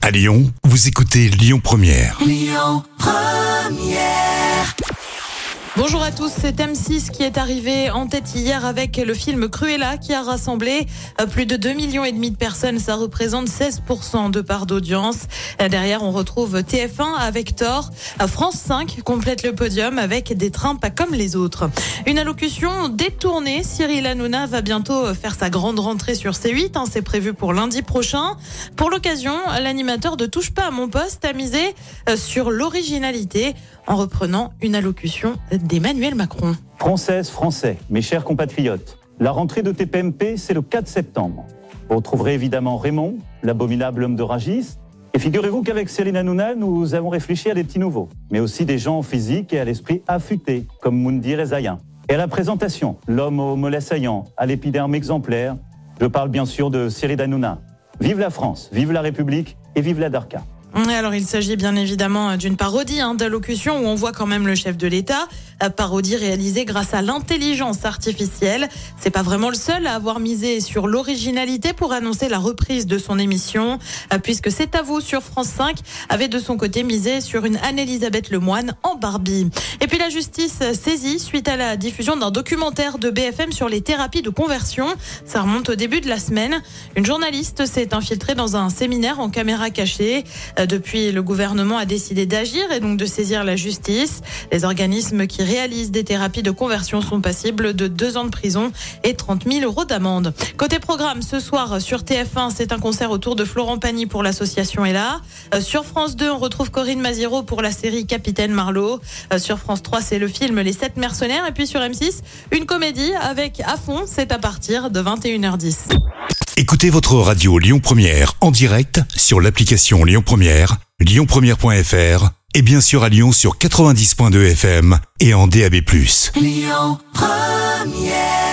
À Lyon, vous écoutez Lyon Première. Lyon Première. Bonjour à tous, c'est M6 qui est arrivé en tête hier avec le film Cruella qui a rassemblé plus de 2,5 millions de personnes. Ça représente 16% de part d'audience. Derrière, on retrouve TF1 avec Thor. France 5 complète le podium avec Des trains pas comme les autres. Une allocution détournée. Cyril Hanouna va bientôt faire sa grande rentrée sur C8. C'est prévu pour lundi prochain. Pour l'occasion, l'animateur de Touche pas à mon poste a misé sur l'originalité en reprenant une allocution d'Emmanuel Macron. Françaises, Français, mes chers compatriotes, la rentrée de TPMP, c'est le 4 septembre. Vous retrouverez évidemment Raymond, l'abominable homme de Rungis. Et figurez-vous qu'avec Cyril Hanouna, nous avons réfléchi à des petits nouveaux, mais aussi des gens au physique et à l'esprit affûtés, comme Moundir Ezaïen. Et à la présentation, l'homme au mollet saillant, à l'épiderme exemplaire, je parle bien sûr de Cyril Hanouna. Vive la France, vive la République et vive la Darka. Alors il s'agit bien évidemment d'une parodie d'allocution où on voit quand même le chef de l'État. Parodie réalisée grâce à l'intelligence artificielle. C'est pas vraiment le seul à avoir misé sur l'originalité pour annoncer la reprise de son émission, puisque C'est à vous sur France 5 avait de son côté misé sur une Anne-Elisabeth Lemoine en Barbie. Et puis la justice saisie suite à la diffusion d'un documentaire de BFM sur les thérapies de conversion. Ça remonte au début de la semaine. Une journaliste s'est infiltrée dans un séminaire en caméra cachée. Depuis, le gouvernement a décidé d'agir et donc de saisir la justice. Les organismes qui réalisent des thérapies de conversion sont passibles de 2 ans de prison et 30 000 euros d'amende. Côté programme, ce soir sur TF1, c'est un concert autour de Florent Pagny pour l'association Ella. Sur France 2, on retrouve Corinne Maziero pour la série Capitaine Marlowe. Sur France 3, c'est le film Les 7 mercenaires. Et puis sur M6, une comédie avec À fond, c'est à partir de 21h10. Écoutez votre radio Lyon Première en direct sur l'application Lyon Première, lyonpremière.fr et bien sûr à Lyon sur 90.2 FM et en DAB+. Lyon Première.